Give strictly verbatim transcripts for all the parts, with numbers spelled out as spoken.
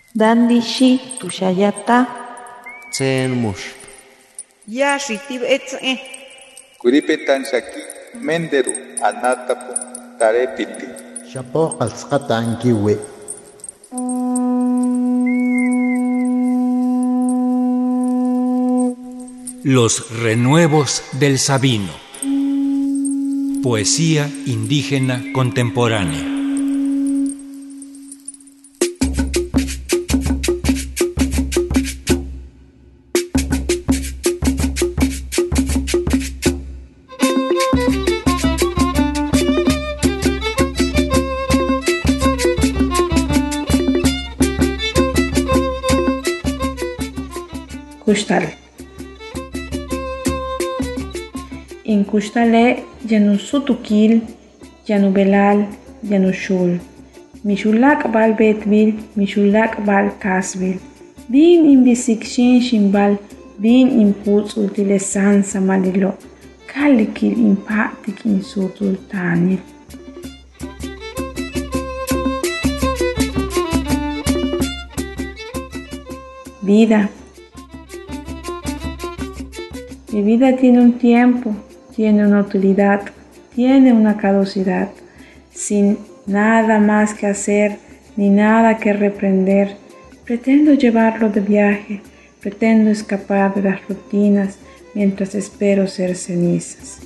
Dandishi tushayata. Tsen mush. Yashi tib etze. Kuripetan shaki menderu anatapu tarepiti. Shapo alskatan kiwe. Los renuevos del Sabino. Poesía indígena contemporánea. Kushtal. In Kushtale yanu sutukil, yanu belal, yanu shul. Mishulak bal betvil, mishulak bal kasvil. Bin in bisikshin shimbal, bin in puts utilesan samalilo. Kalikil in patik in sutul tanil. Vida. Mi vida tiene un tiempo, tiene una utilidad, tiene una caducidad, sin nada más que hacer ni nada que reprender. Pretendo llevarlo de viaje, pretendo escapar de las rutinas mientras espero ser cenizas.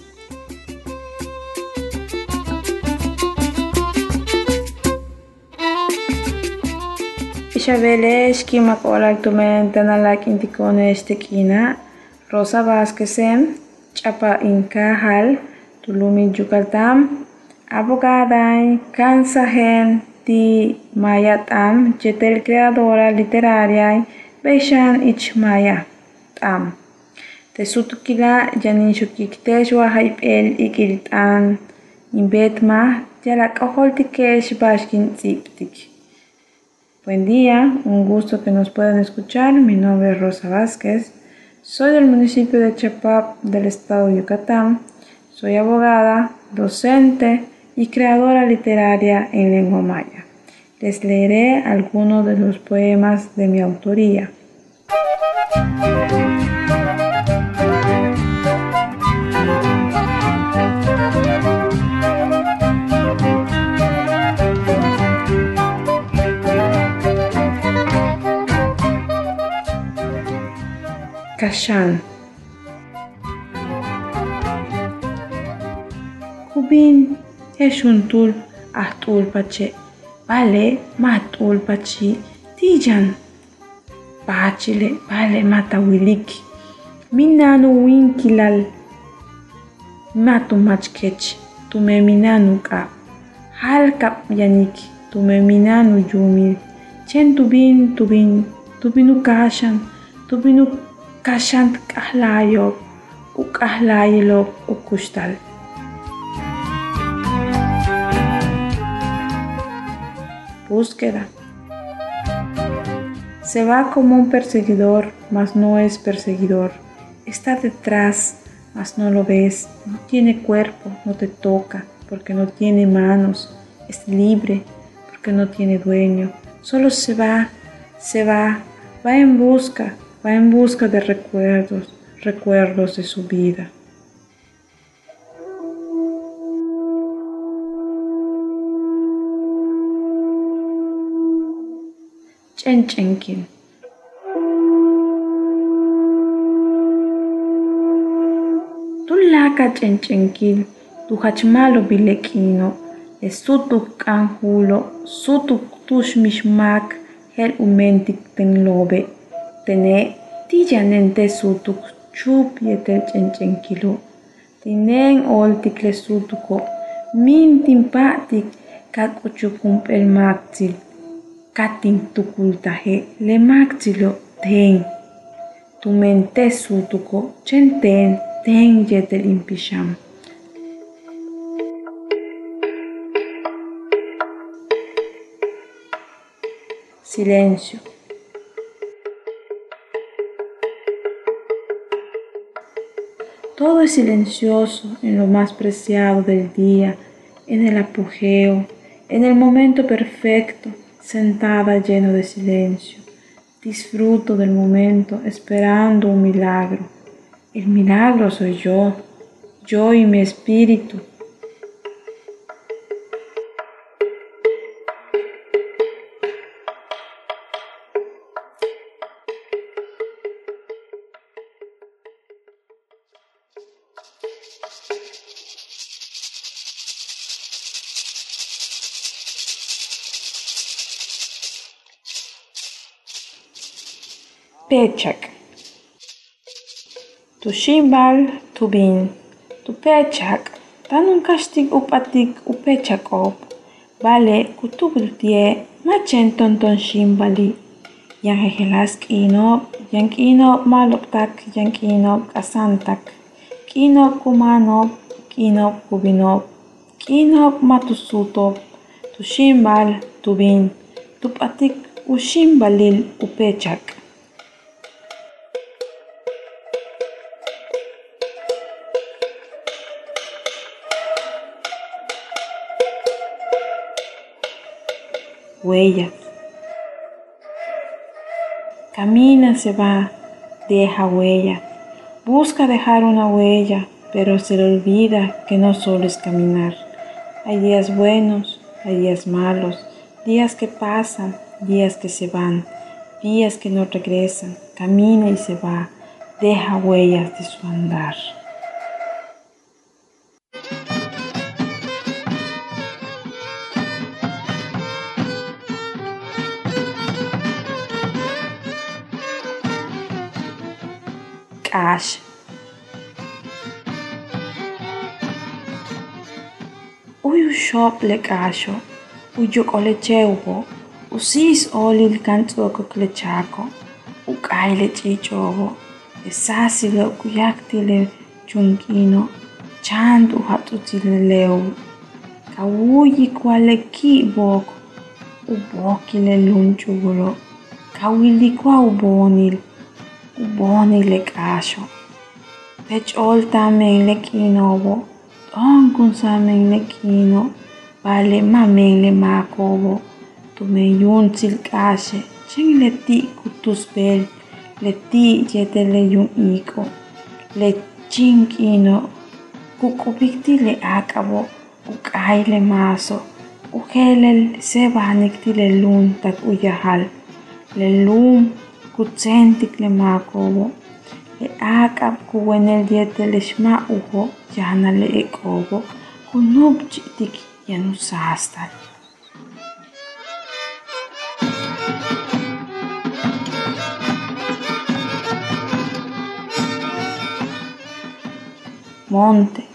Ishabelesh kimak olak tumenta nalak intikone estekina. Rosa Vázquezem, Chapa Incajal, Tulumi Yucatán, abogada, Kansahen, Ti Mayatam, Yetel creadora literaria, Beishan Ichmaya, Tam. Tesutukila, Yaninshukiktesh Wahaib El Ikiltan, Inbetma, Yalak Oholtikesh Bashkin Ziptik. Buen día, un gusto que nos puedan escuchar. Mi nombre es Rosa Vázquez. Soy del municipio de Chapap del estado de Yucatán. Soy abogada, docente y creadora literaria en lengua maya. Les leeré algunos de los poemas de mi autoría. Kashan. Kubin heshuntul ahtul pache, vale matul pachi, tijan pachile, vale matawiliki, minanu winkilal, matu machkech, tume minanu ka, halkap yaniki, tume minanu yumil, chen tubin tubin, tubinu kashan, tubinu Kashant kahlayo, ukahlayelo, ukushtal. Búsqueda. Se va como un perseguidor, mas no es perseguidor. Está detrás, mas no lo ves. No tiene cuerpo, no te toca, porque no tiene manos. Es libre, porque no tiene dueño. Solo se va, se va, va en busca. Va en busca de recuerdos, recuerdos de su vida. Chenchenkin. Tulaka chenchenkin, tu hachmalo bilekino, esutuk kanjulo, sutuk tushmishmak, hel umentik tenlobe. Tene tiyanente sutuk chup yetel chenchenkilo. Tinen oltikle sutuko. Min timpatik kak uchukump el maktil. Katin tukultaje le maktilo ten. Tumente sutuko chenten ten yetel impisham. Silencio. Todo es silencioso en lo más preciado del día, en el apogeo, en el momento perfecto, sentada lleno de silencio. Disfruto del momento esperando un milagro. El milagro soy yo, yo y mi espíritu. Pechak. Tu shimbal, tu bin, tu pechak, tanun kastig upatik upechakop, vale kutubultie, machen tonton shimbali, yang hehelas kinop, yang kinop maloptak, yang kinop kasantak, kinop kumanop, kinop kubinop, kinop matusutop, tu shimbal, tu bin, tu patik ushimbalil upechak. Huellas. Camina, se va, deja huella. Busca dejar una huella, pero se le olvida que no solo es caminar. Hay días buenos, hay días malos, días que pasan, días que se van, días que no regresan. Camina y se va, deja huellas de su andar. Ash. Uyu shop le kasho, uyu ole cheubo, usis olil kantuoko klechako, ukaile chichobo, esasi le kuyakti le chunkino, chandu hatutile leu, kawuyi kwale ki boko, uboki le lunchugulo, kawili kwa ubonil, uboni le kasho. Pech ol tamen le kinobo, tonkun samen le kino, vale mamen le makobo, tume yun sil kashe, chen le ti kutus bel, le ti yete le yun iko, le chin kino, kukubikti le akabo, ukay le maso, ukelel sebanikti le lun tak uyahal, le lum kutsentik le makobo, le akab kuwenel diete le shma uho, yana le ekobo, kunub chitik yanusastal. Monte.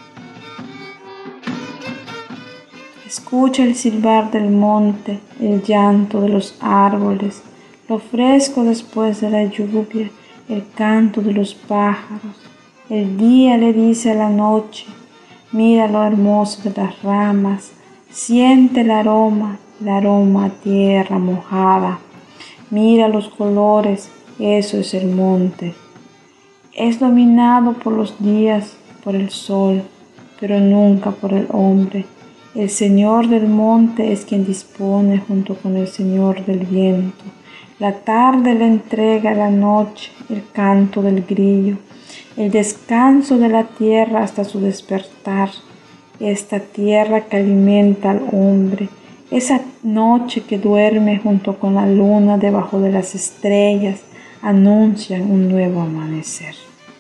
Escucha el silbar del monte, el llanto de los árboles, lo fresco después de la lluvia, el canto de los pájaros. El día le dice a la noche, mira lo hermoso de las ramas, siente el aroma, el aroma a tierra mojada. Mira los colores, eso es el monte. Es dominado por los días, por el sol, pero nunca por el hombre. El Señor del monte es quien dispone junto con el Señor del viento. La tarde le entrega a la noche el canto del grillo, el descanso de la tierra hasta su despertar. Esta tierra que alimenta al hombre, esa noche que duerme junto con la luna debajo de las estrellas, anuncian un nuevo amanecer.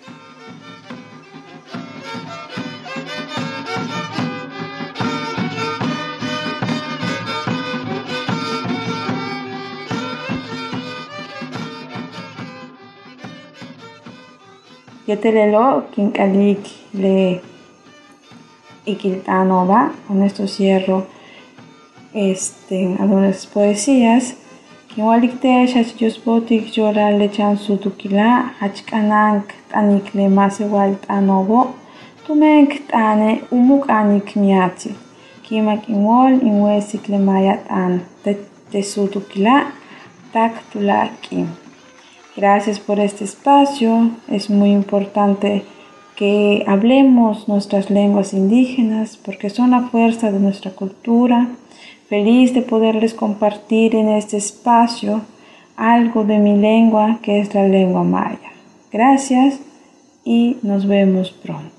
Yetelelo kinkalik le ikiltanova. Con esto cierro este, algunas poesías. Kiwalikte shachjusbotik llora le chansu tukila hachkanank tanik le masewal tanobo tumenk tane umuk anik miati kima kinwol inwesik le mayat an tesu tukila tak tulaki. Gracias por este espacio. Es muy importante que hablemos nuestras lenguas indígenas porque son la fuerza de nuestra cultura, Feliz de poderles compartir en este espacio algo de mi lengua, que es la lengua maya. Gracias y nos vemos pronto.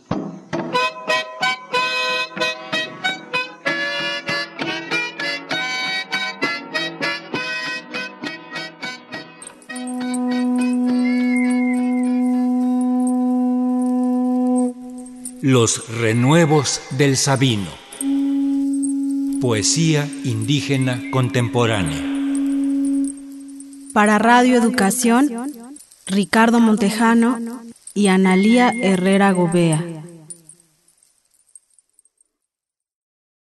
Los renuevos del Sabino. Poesía indígena contemporánea. Para Radio Educación, Ricardo Montejano y Analía Herrera Gobea.